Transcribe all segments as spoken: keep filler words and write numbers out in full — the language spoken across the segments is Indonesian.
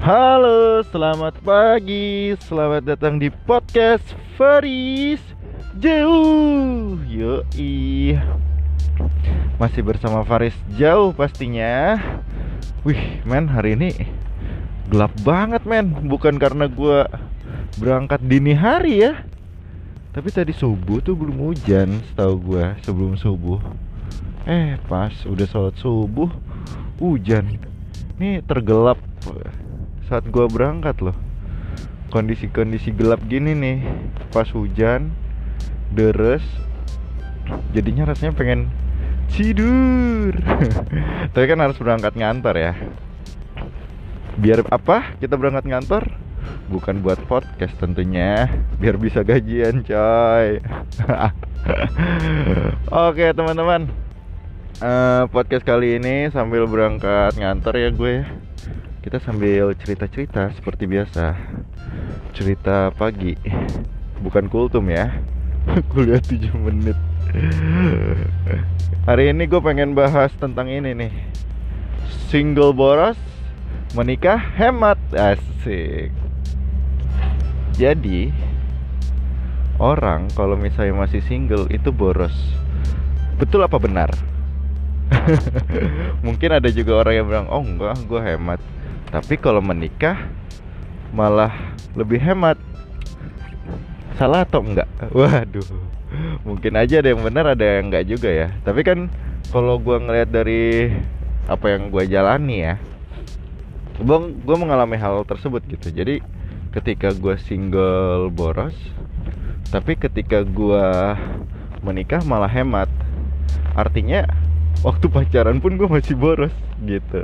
Halo, selamat pagi. Selamat datang di podcast Faris Jauh. Yoi. Masih bersama Faris Jauh pastinya. Wih, men, hari ini gelap banget, men. Bukan karena gua berangkat dini hari ya, tapi tadi subuh tuh belum hujan, setahu gua. Sebelum subuh, eh pas udah sholat subuh hujan. Nih tergelap saat gua berangkat loh. Kondisi-kondisi gelap gini nih, pas hujan deres, jadinya rasanya pengen tidur. Tapi kan harus berangkat ngantor ya. Biar apa kita berangkat ngantor? Bukan buat podcast tentunya, biar bisa gajian coy. Oke teman-teman, uh, podcast kali ini sambil berangkat ngantor ya gue ya. Kita sambil cerita-cerita seperti biasa. Cerita pagi, bukan kultum ya. Kuliah tujuh menit. Hari ini gue pengen bahas tentang ini nih. Single boros, menikah hemat. Asik. Jadi orang kalau misalnya masih single itu boros. Betul apa benar? Mungkin ada juga orang yang bilang, oh enggak, gue hemat. Tapi kalau menikah malah lebih hemat. Salah atau enggak? Waduh, mungkin aja ada yang benar, ada yang enggak juga ya. Tapi kan kalau gue ngelihat dari apa yang gue jalani ya, gue, gue mengalami hal tersebut gitu. Jadi ketika gue single boros, tapi ketika gue menikah malah hemat. Artinya waktu pacaran pun gue masih boros gitu.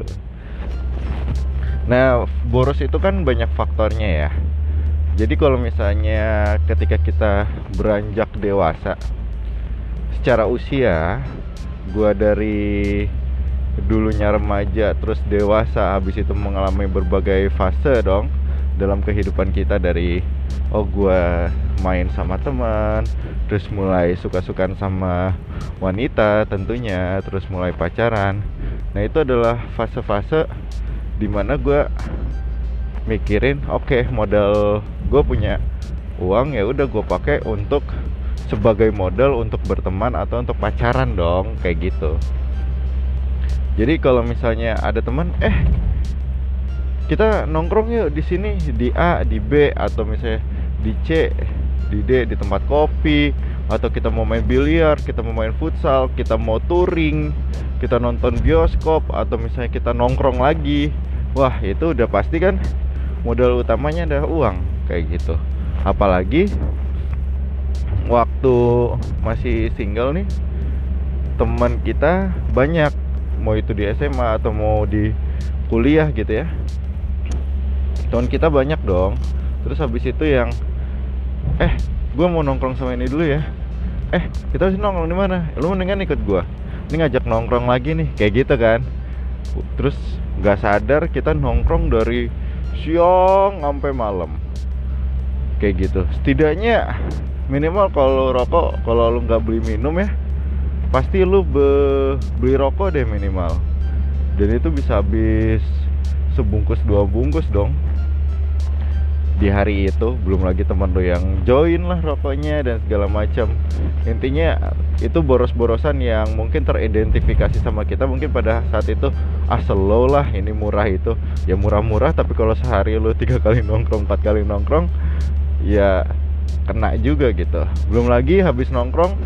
Nah, boros itu kan banyak faktornya ya. Jadi kalau misalnya ketika kita beranjak dewasa, secara usia, gue dari dulunya remaja terus dewasa, habis itu mengalami berbagai fase dong dalam kehidupan kita. Dari oh gue main sama teman, terus mulai suka-sukaan sama wanita tentunya, terus mulai pacaran. Nah itu adalah fase-fase dimana gue mikirin, oke okay, modal gue punya uang, ya udah gue pakai untuk sebagai modal untuk berteman atau untuk pacaran dong, kayak gitu. Jadi kalau misalnya ada teman, eh kita nongkrong yuk di sini, di A, di B, atau misalnya di C, di D, di tempat kopi, atau kita mau main biliar, kita mau main futsal, kita mau touring, kita nonton bioskop, atau misalnya kita nongkrong lagi. Wah, itu udah pasti kan modal utamanya adalah uang, kayak gitu. Apalagi waktu masih single nih, teman kita banyak, mau itu di S M A atau mau di kuliah gitu ya. Teman kita banyak dong. Terus habis itu yang eh gue mau nongkrong sama ini dulu ya. Eh kita harus nongkrong di mana? Lu mendingan ikut gue. Ini ngajak nongkrong lagi nih, kayak gitu kan. Terus nggak sadar kita nongkrong dari siang sampai malam, kayak gitu. Setidaknya minimal kalau rokok, kalau lu nggak beli minum ya, pasti lu be- beli rokok deh minimal. Dan itu bisa habis sebungkus dua bungkus dong di hari itu, belum lagi teman lo yang join lah rokoknya dan segala macam. Intinya itu boros-borosan yang mungkin teridentifikasi sama kita mungkin pada saat itu. Ah slow lah, ini murah itu. Ya murah-murah, tapi kalau sehari lo tiga kali nongkrong, empat kali nongkrong, ya kena juga gitu. Belum lagi habis nongkrong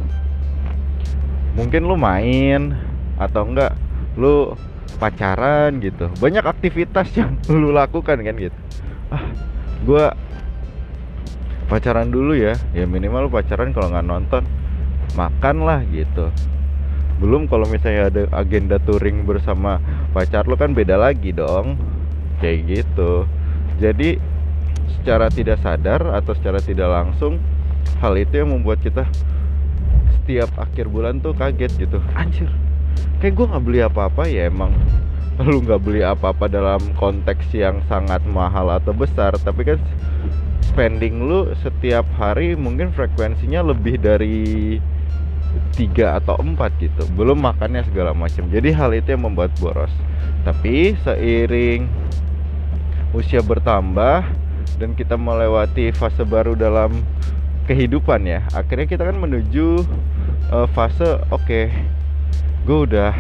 mungkin lo main, atau enggak lo pacaran gitu. Banyak aktivitas yang lo lakukan kan gitu. Ah gue pacaran dulu ya, ya minimal lu pacaran kalau nggak nonton makan lah gitu. Belum kalau misalnya ada agenda touring bersama pacar lu kan beda lagi dong, kayak gitu. Jadi secara tidak sadar atau secara tidak langsung, hal itu yang membuat kita setiap akhir bulan tuh kaget gitu. Anjir, kayak gue nggak beli apa-apa ya. Emang lu nggak beli apa-apa dalam konteks yang sangat mahal atau besar, tapi kan spending lu setiap hari mungkin frekuensinya lebih dari tiga atau empat gitu, belum makannya segala macam. Jadi hal itu yang membuat boros. Tapi seiring usia bertambah dan kita melewati fase baru dalam kehidupan ya, akhirnya kita kan menuju uh, fase oke, okay, gue udah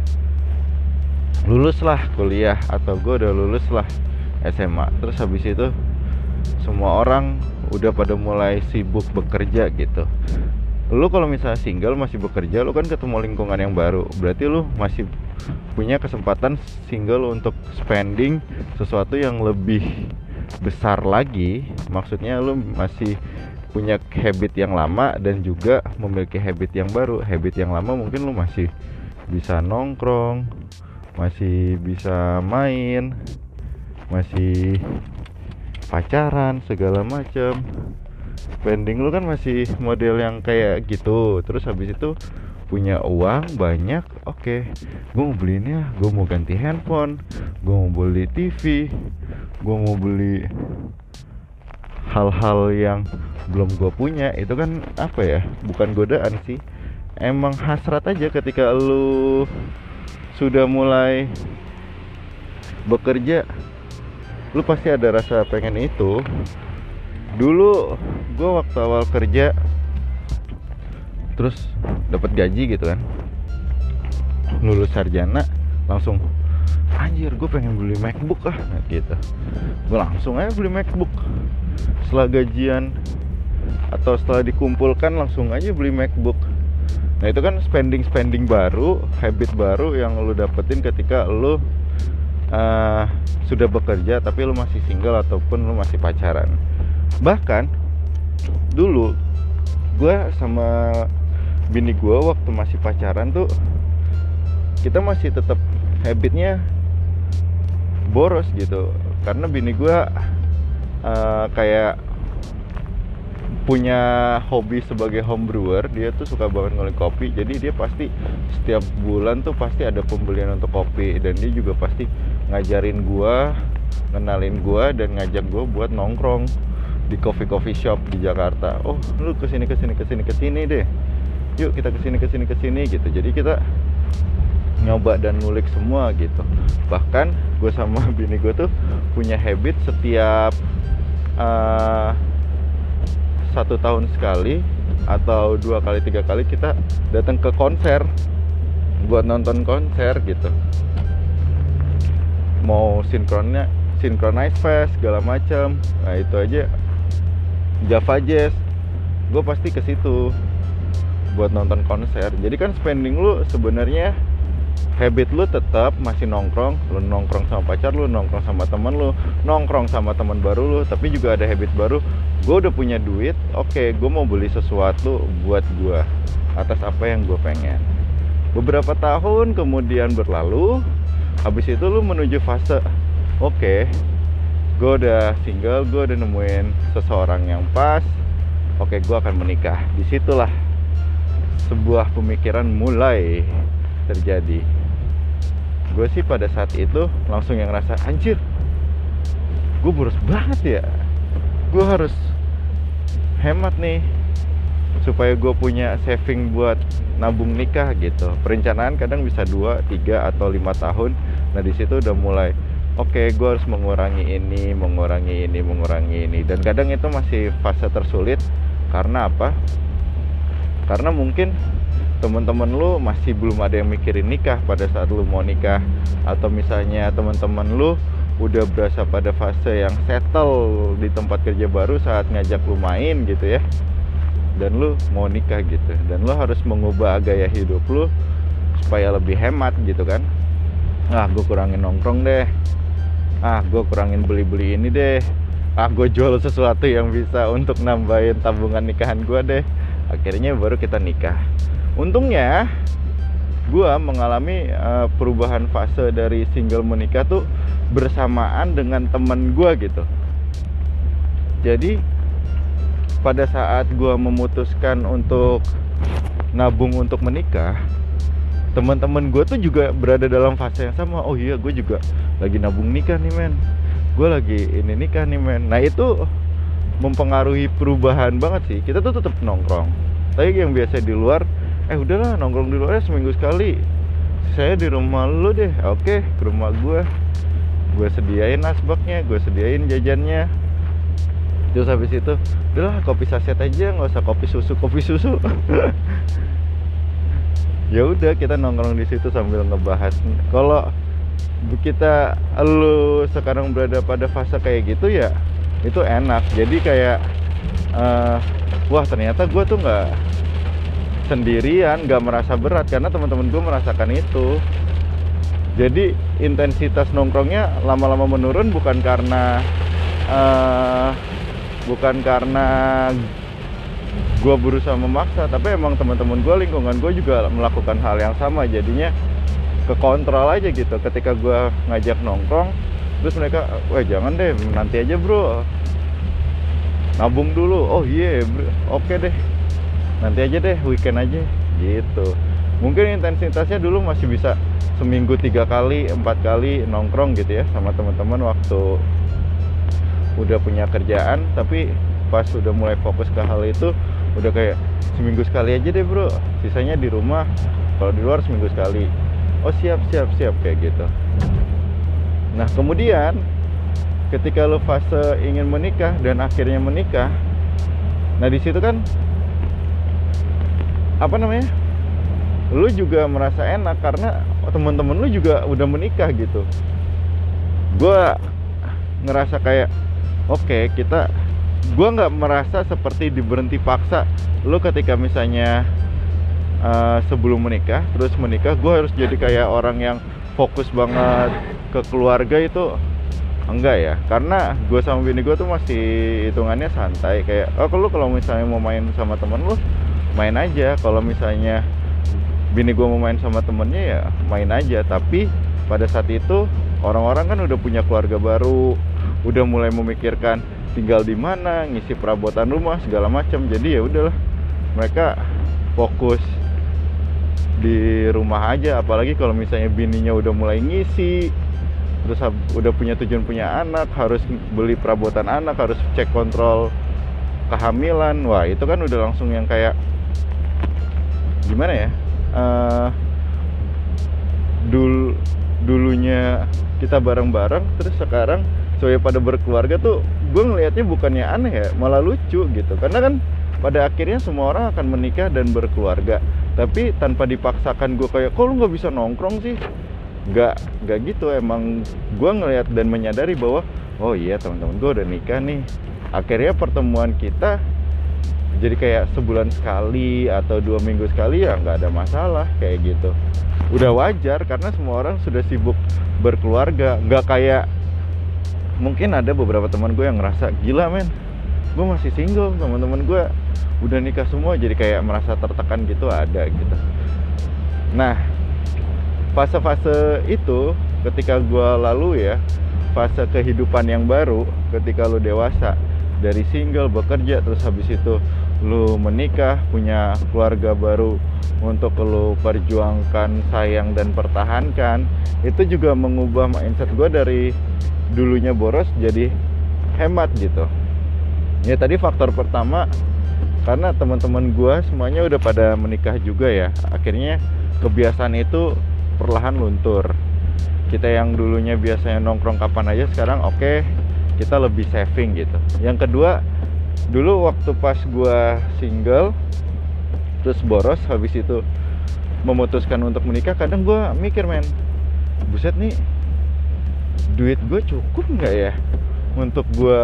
lulus lah kuliah atau gue udah lulus lah S M A. Terus habis itu semua orang udah pada mulai sibuk bekerja gitu. Lu kalau misalnya single masih bekerja, lu kan ketemu lingkungan yang baru. Berarti lu masih punya kesempatan single untuk spending sesuatu yang lebih besar lagi. Maksudnya lu masih punya habit yang lama dan juga memiliki habit yang baru. Habit yang lama mungkin lu masih bisa nongkrong, masih bisa main, masih pacaran segala macam. Spending lu kan masih model yang kayak gitu. Terus habis itu punya uang banyak, oke, okay, gue mau beli ini ya, gue mau ganti handphone, gue mau beli T V, gue mau beli hal-hal yang belum gue punya. Itu kan apa ya, bukan godaan sih, emang hasrat aja. Ketika lu sudah mulai bekerja, lu pasti ada rasa pengen itu. Dulu gue waktu awal kerja terus dapat gaji gitu kan, lulus sarjana, langsung anjir gue pengen beli MacBook ah gitu. Gue langsung aja beli MacBook. Setelah gajian atau setelah dikumpulkan langsung aja beli MacBook. Nah itu kan spending-spending baru, habit baru yang lu dapetin ketika lu uh, sudah bekerja tapi lu masih single ataupun lu masih pacaran. Bahkan dulu gue sama bini gue waktu masih pacaran tuh kita masih tetap habitnya boros gitu. Karena bini gue uh, kayak punya hobi sebagai home brewer. Dia tuh suka banget ngulik kopi. Jadi dia pasti setiap bulan tuh pasti ada pembelian untuk kopi. Dan dia juga pasti ngajarin gue, ngenalin gue, dan ngajak gue buat nongkrong di coffee-coffee shop di Jakarta. Oh, lu kesini kesini kesini kesini deh. Yuk kita kesini kesini kesini gitu. Jadi kita nyoba dan ngulik semua gitu. Bahkan gue sama bini gue tuh punya habit setiap uh, satu tahun sekali atau dua kali tiga kali kita datang ke konser buat nonton konser gitu. Mau sinkronnya Synchronize Fest segala macam. Nah itu aja Java Jazz, gue pasti ke situ buat nonton konser. Jadi kan spending lu sebenarnya, habit lu tetap masih nongkrong. Lu nongkrong sama pacar lu, nongkrong sama teman lu, nongkrong sama teman baru lu. Tapi juga ada habit baru. Gue udah punya duit, oke, okay, gue mau beli sesuatu buat gue atas apa yang gue pengen. Beberapa tahun kemudian berlalu, habis itu lu menuju fase oke, okay, gue udah single, gue udah nemuin seseorang yang pas. Oke, gue akan menikah. Disitulah sebuah pemikiran mulai terjadi. Gue sih pada saat itu langsung yang ngerasa anjir, gue boros banget ya. Gue harus hemat nih supaya gue punya saving buat nabung nikah gitu. Perencanaan kadang bisa dua, tiga atau lima tahun. Nah di situ udah mulai oke, okay, gue harus mengurangi ini, mengurangi ini, mengurangi ini. Dan kadang itu masih fase tersulit. Karena apa? Karena mungkin teman-teman lu masih belum ada yang mikirin nikah pada saat lu mau nikah. Atau misalnya teman-teman lu udah berasa pada fase yang settle di tempat kerja baru saat ngajak lu main gitu ya. Dan lu mau nikah gitu. Dan lu harus mengubah gaya hidup lu supaya lebih hemat gitu kan. Ah, gue kurangin nongkrong deh. Ah, gue kurangin beli-beli ini deh. Ah, gue jual sesuatu yang bisa untuk nambahin tabungan nikahan gue deh. Akhirnya baru kita nikah. Untungnya gue mengalami uh, perubahan fase dari single menikah tuh bersamaan dengan temen gue gitu. Jadi pada saat gue memutuskan untuk nabung untuk menikah, teman-teman gue tuh juga berada dalam fase yang sama. Oh iya, gue juga lagi nabung nikah nih men, gue lagi ini nikah nih men. Nah itu mempengaruhi perubahan banget sih. Kita tuh tetap nongkrong, tapi yang biasa di luar, eh udahlah nongkrong di luar seminggu sekali. Saya di rumah lu deh, oke ke rumah gue. gue sediain asbaknya, gue sediain jajannya. Terus habis itu udahlah kopi saset aja, nggak usah kopi susu kopi susu ya udah kita nongkrong di situ sambil ngebahas. Kalau kita lu sekarang berada pada fase kayak gitu ya itu enak, jadi kayak uh, wah ternyata gue tuh nggak sendirian, nggak merasa berat karena teman-teman gue merasakan itu. Jadi intensitas nongkrongnya lama-lama menurun, bukan karena uh, bukan karena gue berusaha memaksa, tapi emang teman-teman gue, lingkungan gue juga melakukan hal yang sama. Jadinya kekontrol aja gitu. Ketika gue ngajak nongkrong, terus mereka, wah jangan deh, nanti aja bro, nabung dulu. Oh iya, yeah, oke deh, nanti aja deh, weekend aja gitu. Mungkin intensitasnya dulu masih bisa seminggu tiga kali, empat kali nongkrong gitu ya sama teman-teman waktu udah punya kerjaan. Tapi pas udah mulai fokus ke hal itu, udah kayak seminggu sekali aja deh bro, sisanya di rumah, kalau di luar seminggu sekali. Oh siap siap siap kayak gitu. Nah kemudian ketika lo fase ingin menikah dan akhirnya menikah, nah di situ kan apa namanya, lu juga merasa enak karena teman-teman lu juga udah menikah gitu. Gue ngerasa kayak oke okay, kita, gue nggak merasa seperti diberhenti paksa. Lu ketika misalnya uh, sebelum menikah terus menikah, gue harus jadi kayak orang yang fokus banget ke keluarga, itu enggak ya. Karena gue sama bini gue tuh masih hitungannya santai, kayak oh lu kalau misalnya mau main sama temen lu main aja, kalau misalnya bini gue mau main sama temennya ya main aja. Tapi pada saat itu orang-orang kan udah punya keluarga baru, udah mulai memikirkan tinggal di mana, ngisi perabotan rumah segala macam. Jadi ya udahlah, mereka fokus di rumah aja. Apalagi kalau misalnya bininya udah mulai ngisi, terus udah punya tujuan punya anak, harus beli perabotan anak, harus cek kontrol kehamilan. Wah itu kan udah langsung yang kayak gimana ya, uh, dul dulunya kita bareng-bareng, terus sekarang soalnya pada berkeluarga tuh gue ngelihatnya bukannya aneh ya, malah lucu gitu. Karena kan pada akhirnya semua orang akan menikah dan berkeluarga, tapi tanpa dipaksakan gue kayak kok lu nggak bisa nongkrong sih. Nggak, nggak gitu. Emang gue ngelihat dan menyadari bahwa oh iya teman-teman gue udah nikah nih. Akhirnya pertemuan kita jadi kayak sebulan sekali atau dua minggu sekali ya nggak ada masalah kayak gitu. Udah wajar karena semua orang sudah sibuk berkeluarga. Nggak kayak mungkin ada beberapa teman gue yang ngerasa gila men, gue masih single, teman-teman gue udah nikah semua, jadi kayak merasa tertekan gitu, ada gitu. Nah fase-fase itu ketika gue lalu ya, fase kehidupan yang baru ketika lu dewasa, dari single bekerja, terus habis itu lu menikah, punya keluarga baru untuk lu perjuangkan, sayang dan pertahankan. Itu juga mengubah mindset gue dari dulunya boros jadi hemat gitu. Ya tadi faktor pertama karena teman-teman gue semuanya udah pada menikah juga ya, akhirnya kebiasaan itu perlahan luntur. Kita yang dulunya biasanya nongkrong kapan aja, sekarang oke okay, kita lebih saving gitu. Yang kedua, dulu waktu pas gue single terus boros, habis itu memutuskan untuk menikah, kadang gue mikir men, buset nih duit gue cukup nggak ya untuk gue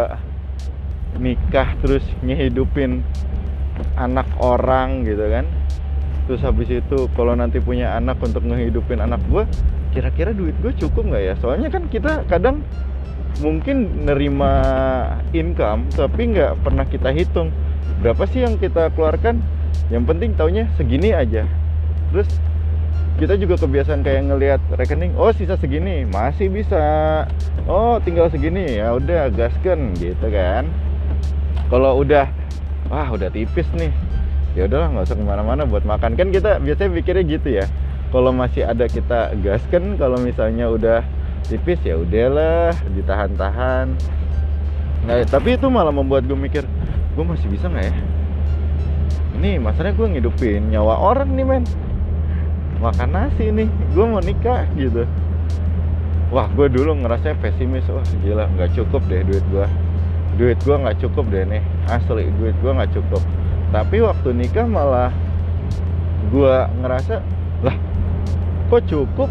nikah terus ngehidupin anak orang gitu kan. Terus habis itu kalau nanti punya anak untuk ngehidupin anak gue, kira-kira duit gue cukup nggak ya? Soalnya kan kita kadang mungkin nerima income tapi nggak pernah kita hitung berapa sih yang kita keluarkan. Yang penting taunya segini aja. Terus kita juga kebiasaan kayak ngelihat rekening, oh sisa segini masih bisa, oh tinggal segini ya udah gasken gitu kan. Kalau udah wah udah tipis nih, ya udahlah nggak usah kemana-mana buat makan, kan kita biasanya pikirnya gitu ya. Kalau masih ada kita gasken, kalau misalnya udah tipis ya udahlah ditahan-tahan. Nah tapi itu malah membuat gue mikir, gue masih bisa nggak ya? Ini masalahnya gue ngidupin nyawa orang nih men, makan nasi nih, gue mau nikah gitu. wah gue dulu ngerasa pesimis, wah gila nggak cukup deh duit gue, duit gue nggak cukup deh nih, asli duit gue nggak cukup. Tapi waktu nikah malah gue ngerasa, lah kok cukup,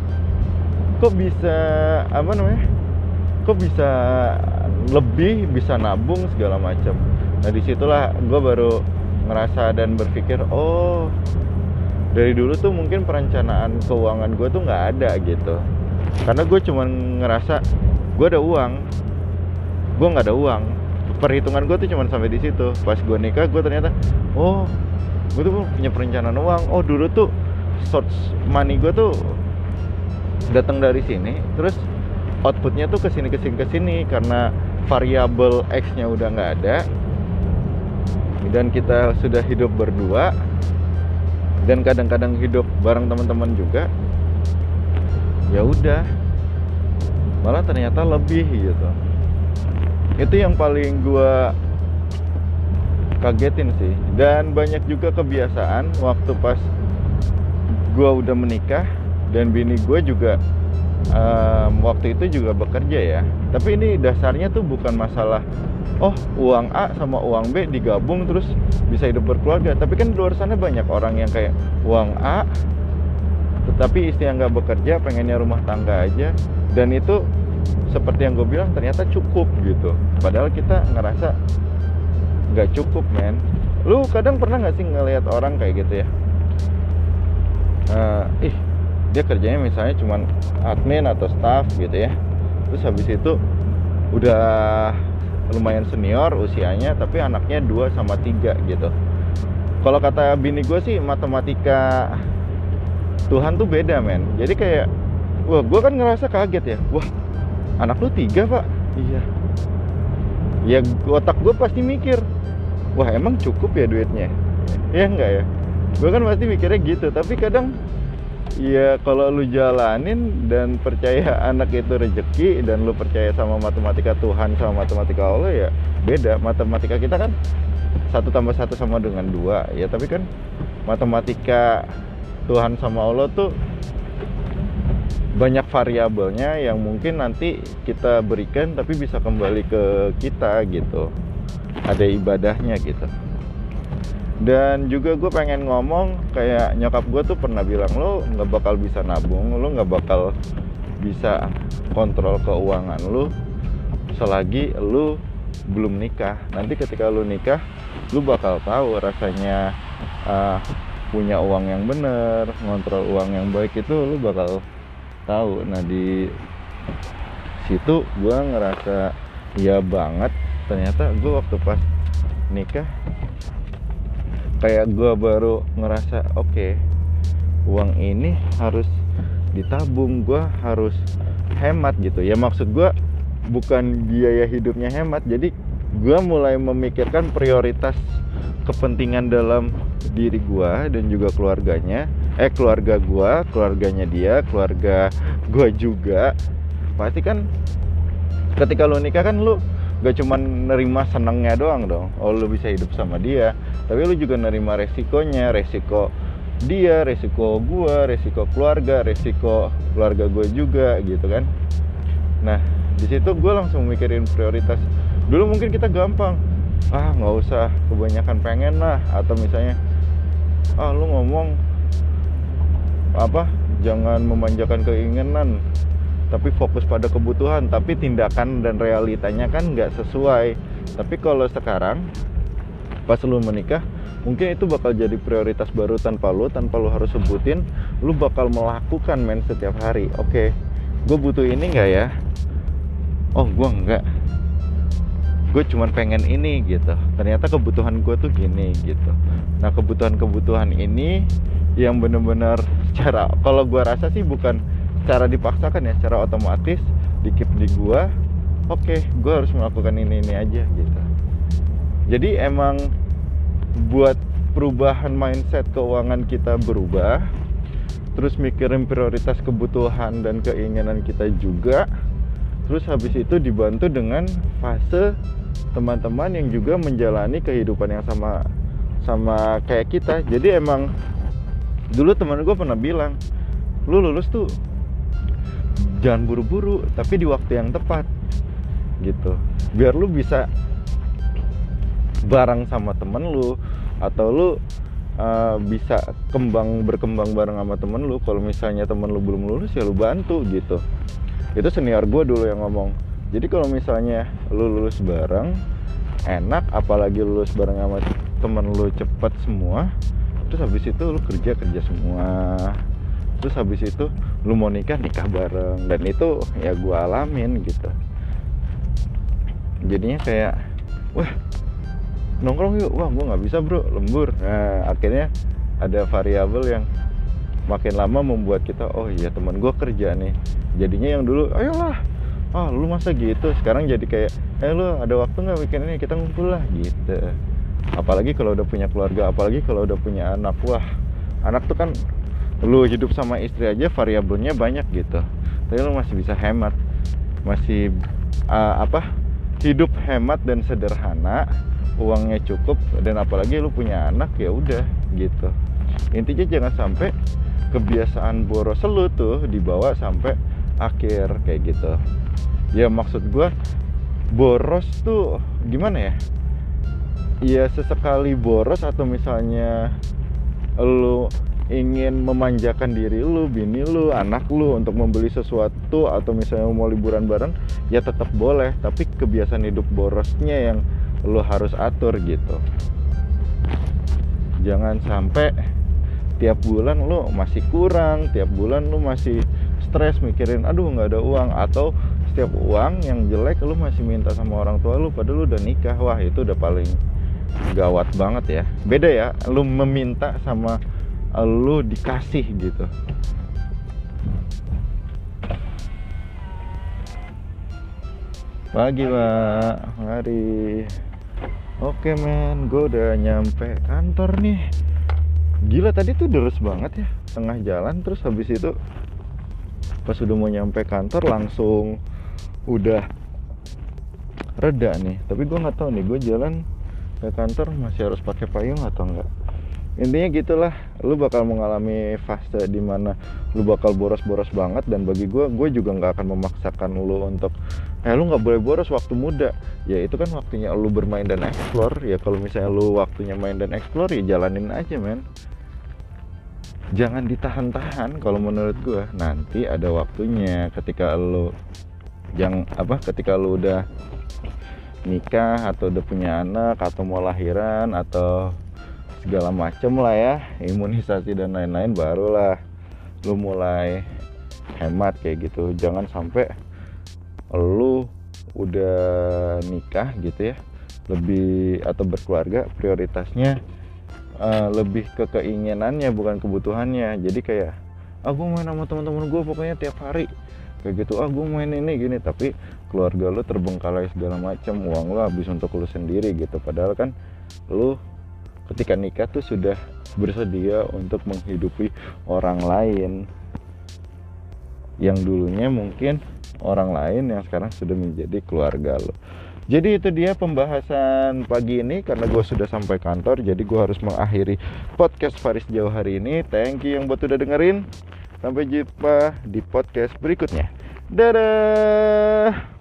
kok bisa apa namanya, kok bisa lebih, bisa nabung segala macam. Nah disitulah gue baru ngerasa dan berpikir, oh dari dulu tuh mungkin perencanaan keuangan gue tuh nggak ada gitu. Karena gue cuma ngerasa gue ada uang, gue nggak ada uang. Perhitungan gue tuh cuma sampai di situ. Pas gue nikah, gue ternyata, oh, gue tuh punya perencanaan uang. Oh, dulu tuh source money gue tuh datang dari sini, terus outputnya tuh kesini kesini kesini karena variabel X-nya udah nggak ada, dan kita sudah hidup berdua, dan kadang-kadang hidup bareng teman-teman juga. Ya udah, malah ternyata lebih gitu. Itu yang paling gua kagetin sih. Dan banyak juga kebiasaan waktu pas gua udah menikah, dan bini gua juga um, waktu itu juga bekerja ya. Tapi ini dasarnya tuh bukan masalah, oh uang A sama uang B digabung terus bisa hidup berkeluarga. Tapi kan di luar sana banyak orang yang kayak uang A tetapi istri yang nggak bekerja, pengennya rumah tangga aja, dan itu seperti yang gue bilang ternyata cukup gitu. Padahal kita ngerasa nggak cukup, men. Lu kadang pernah nggak sih ngelihat orang kayak gitu ya? Uh, ih, dia kerjanya misalnya cuman admin atau staff gitu ya. Terus habis itu udah lumayan senior usianya, tapi anaknya dua sama tiga gitu. Kalau kata bini gue sih, matematika Tuhan tuh beda, men. Jadi kayak, wah gue kan ngerasa kaget ya. Wah, anak lu tiga pak? Iya. Ya otak gue pasti mikir, wah emang cukup ya duitnya? Ya enggak ya? Gue kan pasti mikirnya gitu. Tapi kadang, ya kalau lu jalanin dan percaya anak itu rezeki, dan lu percaya sama matematika Tuhan sama matematika Allah, ya beda. Matematika kita kan satu tambah satu sama dengan dua ya, tapi kan matematika Tuhan sama Allah tuh banyak variabelnya yang mungkin nanti kita berikan tapi bisa kembali ke kita gitu. Ada ibadahnya gitu. Dan juga gue pengen ngomong, kayak nyokap gue tuh pernah bilang, lo gak bakal bisa nabung, lo gak bakal bisa kontrol keuangan lo selagi lo belum nikah. Nanti ketika lo nikah, lo bakal tahu rasanya uh, punya uang yang bener, ngontrol uang yang baik itu lu bakal tahu. Nah di situ gue ngerasa ya banget, ternyata gue waktu pas nikah kayak gue baru ngerasa oke, okay, uang ini harus ditabung, gue harus hemat gitu ya. Maksud gue bukan biaya hidupnya hemat, jadi gue mulai memikirkan prioritas kepentingan dalam diri gue dan juga keluarganya, eh keluarga gue, keluarganya dia, keluarga gue juga. Pasti kan ketika lu nikah kan lu gak cuma nerima senengnya doang dong, oh lu bisa hidup sama dia, tapi lu juga nerima resikonya, resiko dia, resiko gue, resiko keluarga, resiko keluarga gue juga gitu kan. Nah di situ gue langsung mikirin prioritas. Dulu mungkin kita gampang, ah nggak usah kebanyakan pengen lah, atau misalnya ah lu ngomong apa, jangan memanjakan keinginan tapi fokus pada kebutuhan, tapi tindakan dan realitanya kan nggak sesuai. Tapi kalau sekarang pas lu menikah, mungkin itu bakal jadi prioritas baru tanpa lu tanpa lu harus sebutin. Lu bakal melakukan, men, setiap hari. Oke, gue butuh ini nggak ya? Oh gue nggak, gue cuman pengen ini gitu. Ternyata kebutuhan gue tuh gini gitu. Nah kebutuhan-kebutuhan ini yang benar-benar secara, kalau gue rasa sih bukan secara dipaksakan ya, secara otomatis dikip di gue. Oke, gue harus melakukan ini ini aja gitu. Jadi emang buat perubahan mindset keuangan kita berubah, terus mikirin prioritas kebutuhan dan keinginan kita juga. Terus habis itu dibantu dengan fase teman-teman yang juga menjalani kehidupan yang sama sama kayak kita. Jadi emang dulu teman gue pernah bilang, lu lulus tuh jangan buru-buru, tapi di waktu yang tepat gitu, biar lu bisa bareng sama temen lu, atau lu uh, bisa kembang berkembang bareng sama temen lu. Kalau misalnya temen lu belum lulus ya lu bantu gitu. Itu senior gue dulu yang ngomong. Jadi kalau misalnya lu lulus bareng enak, apalagi lulus bareng sama temen lu cepet semua, terus habis itu lu kerja kerja semua, terus habis itu lu mau nikah nikah bareng. Dan itu ya gue alamin gitu. Jadinya kayak wah nongkrong yuk, wah gue nggak bisa bro, lembur. Nah akhirnya ada variabel yang makin lama membuat kita oh iya teman gue kerja nih. Jadinya yang dulu ayolah, oh lu masa gitu, sekarang jadi kayak eh lu ada waktu nggak weekend ini kita ngumpul lah gitu. Apalagi kalau udah punya keluarga, apalagi kalau udah punya anak, wah anak tuh kan lu hidup sama istri aja variabelnya banyak gitu, tapi lu masih bisa hemat, masih uh, apa hidup hemat dan sederhana, uangnya cukup, dan apalagi lu punya anak ya udah gitu. Intinya jangan sampai kebiasaan boros lu tuh dibawa sampai akhir kayak gitu. Ya maksud gua boros tuh gimana ya? Ya sesekali boros, atau misalnya lu ingin memanjakan diri lu, bini lu, anak lu untuk membeli sesuatu, atau misalnya mau liburan bareng, ya tetap boleh, tapi kebiasaan hidup borosnya yang lu harus atur gitu. Jangan sampai tiap bulan lu masih kurang, tiap bulan lu masih stres mikirin aduh nggak ada uang, atau setiap uang yang jelek lu masih minta sama orang tua lu padahal lu udah nikah. Wah itu udah paling gawat banget ya. Beda ya lu meminta sama lu dikasih gitu. Pagi Pak, mari. Oke men, gue udah nyampe kantor nih. Gila tadi tuh deres banget ya, tengah jalan. Terus habis itu pas udah mau nyampe kantor langsung udah reda nih. Tapi gue nggak tahu nih, gue jalan ke kantor masih harus pakai payung atau enggak. Intinya gitulah, lu bakal mengalami fase dimana lu bakal boros-boros banget. Dan bagi gue, gue juga nggak akan memaksakan lu untuk eh lu nggak boleh boros waktu muda. Ya itu kan waktunya lu bermain dan explore. Ya kalau misalnya lu waktunya main dan explore, ya jalanin aja men. Jangan ditahan-tahan kalau menurut gue. Nanti ada waktunya ketika lu yang apa ketika lu udah nikah, atau udah punya anak, atau mau lahiran, atau segala macem lah ya, imunisasi dan lain-lain, barulah lu mulai hemat kayak gitu. Jangan sampai lu udah nikah gitu ya, lebih atau berkeluarga prioritasnya uh, lebih ke keinginannya bukan kebutuhannya. Jadi kayak ah gue main sama teman-teman gue pokoknya tiap hari kayak gitu, ah gue main ini gini, tapi keluarga lu terbengkalai segala macam, uang lu habis untuk lu sendiri gitu. Padahal kan lu ketika nikah tuh sudah bersedia untuk menghidupi orang lain yang dulunya mungkin orang lain yang sekarang sudah menjadi keluarga lo. Jadi itu dia pembahasan pagi ini, karena gue sudah sampai kantor, jadi gue harus mengakhiri podcast Faris Jauh hari ini. Thank you yang buat udah dengerin. Sampai jumpa di podcast berikutnya. Dadah.